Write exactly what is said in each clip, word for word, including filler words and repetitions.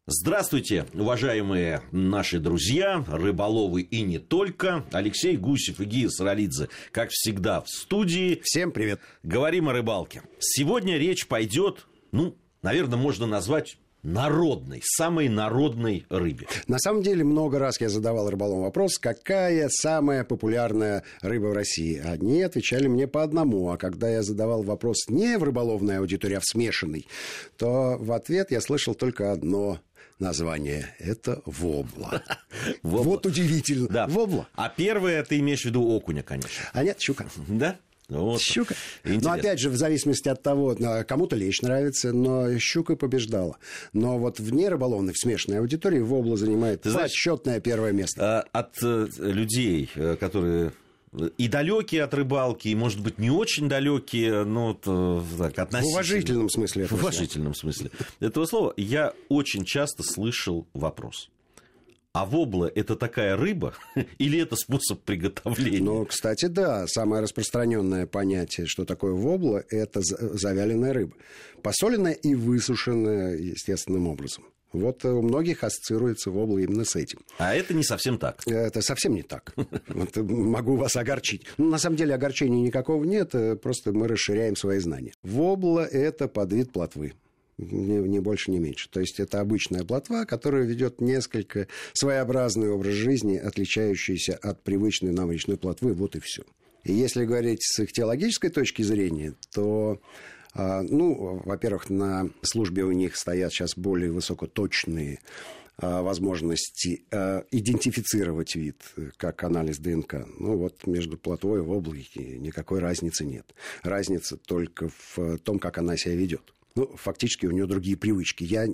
Здравствуйте, уважаемые наши друзья, рыболовы и не только. Алексей Гусев и Гия Саралидзе, как всегда, в студии. Всем привет. Говорим о рыбалке. Сегодня речь пойдет, ну, наверное, можно назвать народной, самой народной рыбе. На самом деле, много раз я задавал рыболовам вопрос, какая самая популярная рыба в России. Они отвечали мне по одному. А когда я задавал вопрос не в рыболовной аудитории, а в смешанной, то в ответ я слышал только одно название. Это вобла. Вот удивительно. Да. Вобла. А первое ты имеешь в виду окуня, конечно. А нет, щука. Да? Вот. Щука. Интересно. Но опять же, в зависимости от того, кому-то лещ нравится, но щука побеждала. Но вот вне рыболовной, в смешанной аудитории, вобла занимает почетное первое место. От людей, которые и далекие от рыбалки, и, может быть, не очень далекие, но так, относительно. В уважительном смысле этого В уважительном смысле этого слова. Я очень часто слышал вопрос. А вобла – это такая рыба или это способ приготовления? Ну, кстати, да. Самое распространенное понятие, что такое вобла – это завяленная рыба. Посоленная и высушенная естественным образом. Вот у многих ассоциируется вобла именно с этим. А это не совсем так. Это совсем не так. Вот, могу вас огорчить. Ну, на самом деле огорчения никакого нет, просто мы расширяем свои знания. Вобла – это подвид плотвы. Ни, ни больше, ни меньше. То есть это обычная плотва, которая ведет несколько своеобразный образ жизни, отличающийся от привычной нам речной плотвы. Вот и все. И если говорить с ихтиологической точки зрения, то, ну, во-первых, на службе у них стоят сейчас более высокоточные возможности идентифицировать вид, как анализ ДНК. Ну, вот между плотвой и воблой никакой разницы нет. Разница только в том, как она себя ведет. Ну, фактически у нее другие привычки. Я,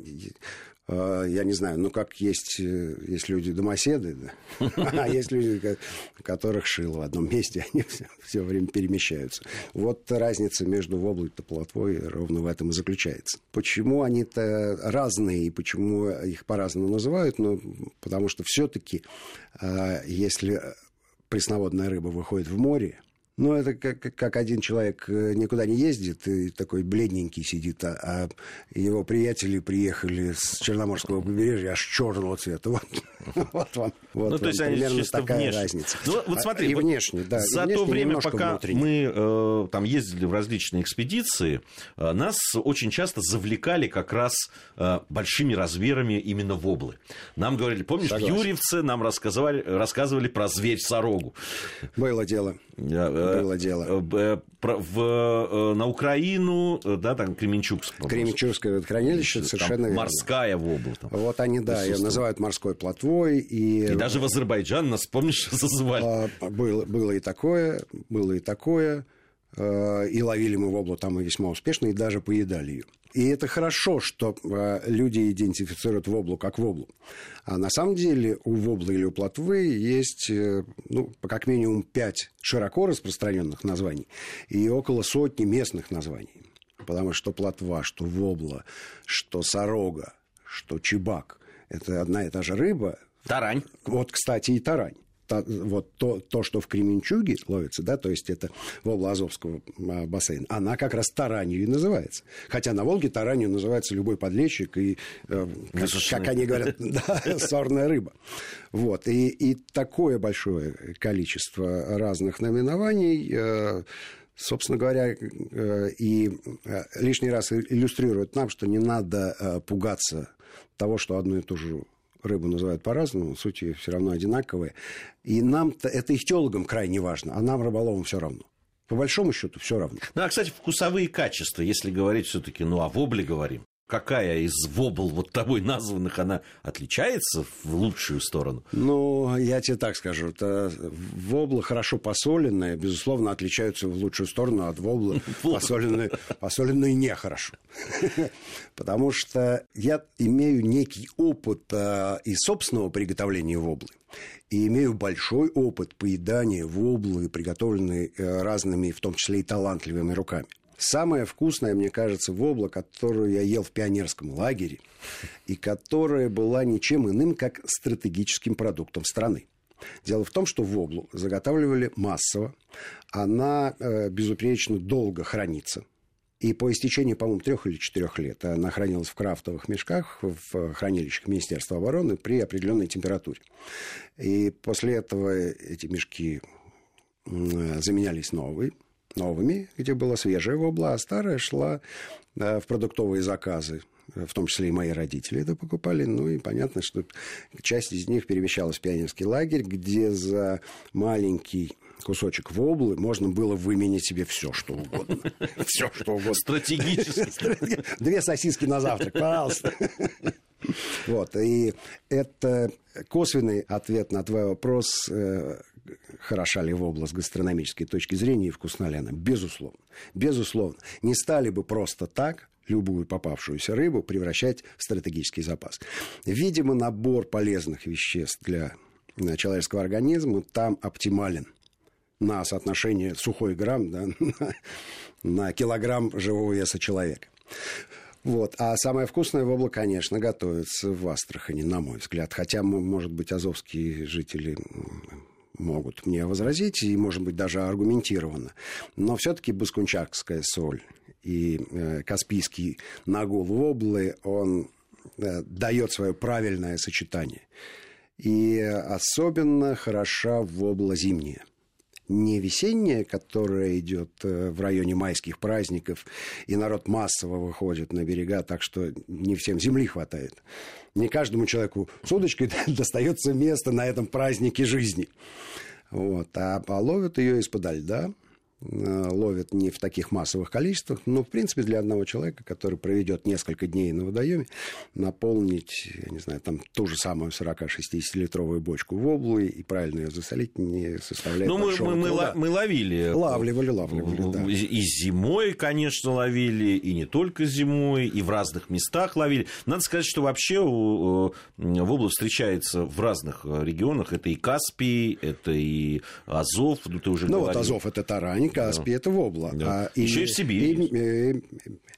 я не знаю, ну, как есть, есть люди-домоседы, да? А есть люди, которых шило в одном месте, они все, все время перемещаются. Вот разница между воблой и плотвой ровно в этом и заключается. Почему они-то разные и почему их по-разному называют? Ну, потому что все-таки, если пресноводная рыба выходит в море, ну, это как, как один человек никуда не ездит и такой бледненький сидит, а, а его приятели приехали с Черноморского побережья аж черного цвета. Вот, вот вам, вот ну, вам то есть примерно такая внешне. разница. Ну, вот смотри, и внешне, да. За и внешне, то время, пока внутренне. мы э, там ездили в различные экспедиции, э, нас очень часто завлекали как раз э, большими размерами именно воблы. Нам говорили, помнишь, Согласен. в Юрьевце нам рассказывали, рассказывали про зверь-сорогу. Было дело. Было дело. В, на Украину, да, там Кременчуг. Кременчугское хранилище, совершенно верно. Морская вобла. Там, вот они, да, ее называют морской плотвой. И, и даже в Азербайджан нас, помнишь, зазывали? Было, было и такое, было и такое. И ловили мы воблу там и весьма успешно, и даже поедали ее. И это хорошо, что люди идентифицируют воблу как воблу. А на самом деле у воблы или у плотвы есть, ну, как минимум пять широко распространенных названий и около сотни местных названий. Потому что плотва, что вобла, что сорога, что чебак – это одна и та же рыба. Тарань. Вот, кстати, и тарань. Вот то, то, что в Кременчуге ловится, да, то есть это вобла Азовского бассейна, она как раз таранью и называется. Хотя на Волге таранью называется любой подлещик и, э, как, как они говорят, да, сорная рыба. Вот. И, и такое большое количество разных наименований, э, собственно говоря, э, и лишний раз иллюстрирует нам, что не надо э, пугаться того, что одну и ту же рыбу называют по-разному, суть ее все равно одинаковая. И нам-то, это ихтиологам крайне важно, а нам, рыболовам, все равно. По большому счету, все равно. Ну, а, кстати, вкусовые качества, если говорить все-таки, ну, о вобле говорим. Какая из вобл вот тобой названных, она отличается в лучшую сторону? Ну, я тебе так скажу. Это вобла хорошо посоленная, безусловно, отличаются в лучшую сторону от воблы посоленной, посоленной нехорошо. Потому что я имею некий опыт из собственного приготовления воблы. И имею большой опыт поедания воблы, приготовленной разными, в том числе и талантливыми руками. Самая вкусная, мне кажется, вобла, которую я ел в пионерском лагере, и которая была ничем иным, как стратегическим продуктом страны. Дело в том, что воблу заготавливали массово, она э, безупречно долго хранится. И по истечении, по-моему, трех или четырех лет она хранилась в крафтовых мешках в хранилищах Министерства обороны при определенной температуре. И после этого эти мешки заменялись новые, новыми, где была свежая вобла, а старая шла в продуктовые заказы. В том числе и мои родители это покупали. Ну и понятно, что часть из них перемещалась в пионерский лагерь, где за маленький кусочек воблы можно было выменять себе все, что угодно. Все, что угодно. Стратегически. Две сосиски на завтрак, пожалуйста. Вот. И это косвенный ответ на твой вопрос, хороша ли вобла с гастрономической точки зрения и вкусна ли она. Безусловно. Безусловно. Не стали бы просто так любую попавшуюся рыбу превращать в стратегический запас. Видимо, набор полезных веществ для человеческого организма там оптимален на соотношение сухой грамм, да, на, на килограмм живого веса человека. Вот. А самое вкусное вобла, конечно, готовится в Астрахани, на мой взгляд. Хотя, может быть, азовские жители могут мне возразить, и, может быть, даже аргументированно. Но все-таки баскунчакская соль и э, каспийский нагул воблы, он э, дает свое правильное сочетание. И особенно хороша вобла зимняя. Не весенняя, которая идет в районе майских праздников, и народ массово выходит на берега, так что не всем земли хватает. Не каждому человеку с удочкой достается место на этом празднике жизни. Вот. А половят ее из-подо льда. Ловят не в таких массовых количествах, но, в принципе, для одного человека, который проведет несколько дней на водоеме, наполнить, я не знаю, там ту же самую сорок-шестидесятилитровую бочку воблы и правильно ее засолить не составляет ну, большого мы, труда. Мы, мы ловили. Лавливали, лавливали, да. И зимой, конечно, ловили, и не только зимой, и в разных местах ловили. Надо сказать, что вообще вобла встречается в разных регионах. Это и Каспий, это и Азов. Ну, ты уже ну говорил. Вот Азов — это Тарань, Каспий, да. Это вобла. Да. А, еще и, и в Сибири. И, и,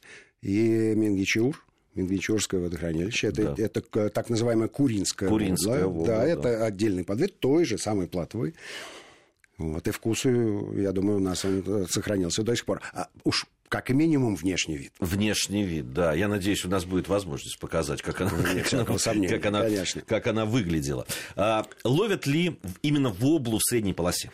и Мингичур, Мингичурское водохранилище. Это, да. это так называемая куринская, куринская вобла. вобла. Да, да, это отдельный подвид той же самой плотвы. Вот, и вкус, я думаю, у нас он сохранился до сих пор. А уж как минимум внешний вид. Внешний вид, да. Я надеюсь, у нас будет возможность показать, как она, как она, как она, как она выглядела. А, ловят ли именно воблу в средней полосе?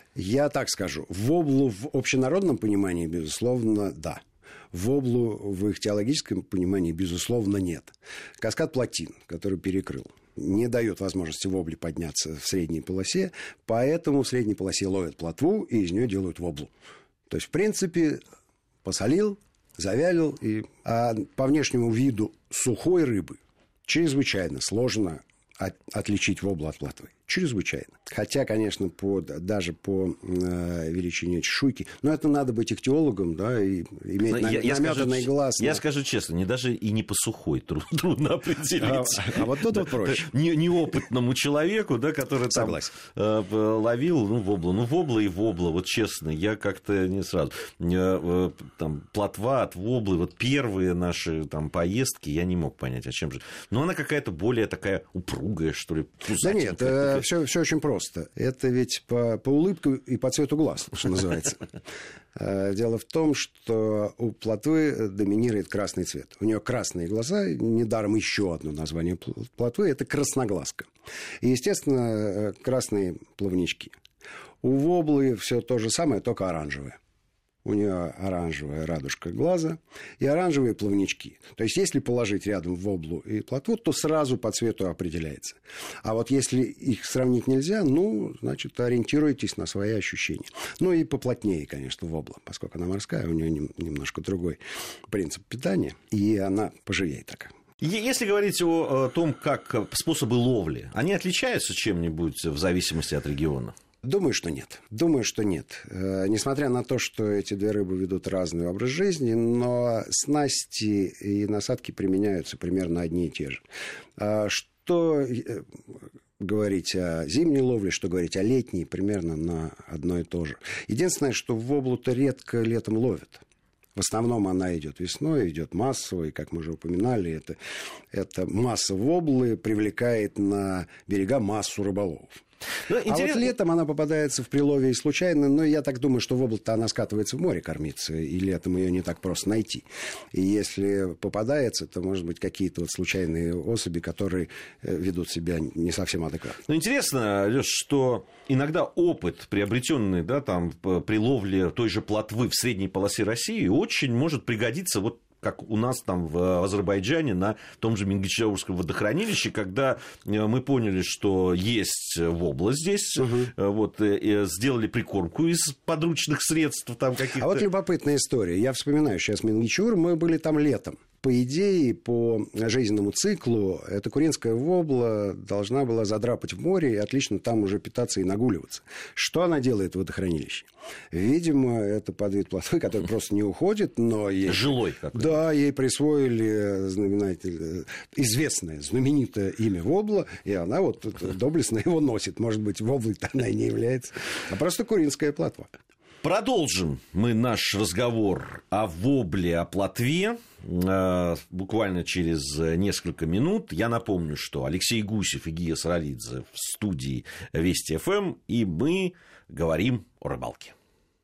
Я так скажу. Воблу в общенародном понимании, безусловно, да. Воблу в их теологическом понимании, безусловно, нет. Каскад плотин, который перекрыл, не дает возможности вобле подняться в средней полосе, поэтому в средней полосе ловят плотву и из нее делают воблу. То есть, в принципе, посолил, завялил. И... А по внешнему виду сухой рыбы чрезвычайно сложно от, отличить воблу от плотвы. Чрезвычайно. Хотя, конечно, по, даже по э, величине чешуйки. Но это надо быть ихтиологом, да, и иметь на, я, наметанный я глаз. Я на... скажу честно, не даже и не по сухой трудно, трудно определить. А, а вот тут вот проще. Не, неопытному человеку, да, который там э, ловил, ну, вобла. Ну, вобла и вобла, вот честно, я как-то не сразу. Э, там, плотва от воблы, вот первые наши там поездки, я не мог понять, о чем же. Но она какая-то более такая упругая, что ли, пузатенькая. Да нет, Все, все очень просто. Это ведь по, по улыбке и по цвету глаз, что называется. Дело в том, что у плотвы доминирует красный цвет. У нее красные глаза, недаром еще одно название плотвы – это красноглазка. И, естественно, красные плавнички. У воблы все то же самое, только оранжевое. У нее оранжевая радужка глаза и оранжевые плавнички. То есть, если положить рядом воблу и плотву, то сразу по цвету определяется. А вот если их сравнить нельзя, ну, значит, ориентируйтесь на свои ощущения. Ну, и поплотнее, конечно, вобла, поскольку она морская, у нее немножко другой принцип питания, и она поживее такая. Если говорить о том, как способы ловли, они отличаются чем-нибудь в зависимости от региона? Думаю, что нет. Думаю, что нет. Э, несмотря на то, что эти две рыбы ведут разный образ жизни, но снасти и насадки применяются примерно одни и те же. А что э, говорить о зимней ловле, что говорить о летней, примерно на одно и то же. Единственное, что воблу-то редко летом ловят. В основном она идет весной, идет массово, и, как мы уже упоминали, это, это масса воблы привлекает на берега массу рыболовов. Ну, а вот летом она попадается в прилове случайно, но я так думаю, что воблу-то она скатывается в море кормиться, и летом ее не так просто найти. И если попадается, то, может быть, какие-то вот случайные особи, которые ведут себя не совсем адекватно. Ну, интересно, Лёш, что иногда опыт, приобретенный, да, там, при ловле той же плотвы в средней полосе России, очень может пригодиться вот как у нас там в Азербайджане на том же Мингичаурском водохранилище, когда мы поняли, что есть вобла здесь, угу. вот, и сделали прикормку из подручных средств. Там, каких-то... А вот любопытная история. Я вспоминаю сейчас Мингичаур, мы были там летом. По идее, по жизненному циклу, эта куринская вобла должна была задрапать в море и отлично там уже питаться и нагуливаться. Что она делает в водохранилище? Видимо, это подвид плотвы, который просто не уходит, но... Ей... Жилой какой-то. Да, ей присвоили знаменательное, известное, знаменитое имя вобла, и она вот доблестно его носит. Может быть, воблой-то она и не является, а просто куринская плотва. Продолжим мы наш разговор о вобле, о плотве буквально через несколько минут. Я напомню, что Алексей Гусев и Гия Саралидзе в студии Вести ФМ, и мы говорим о рыбалке.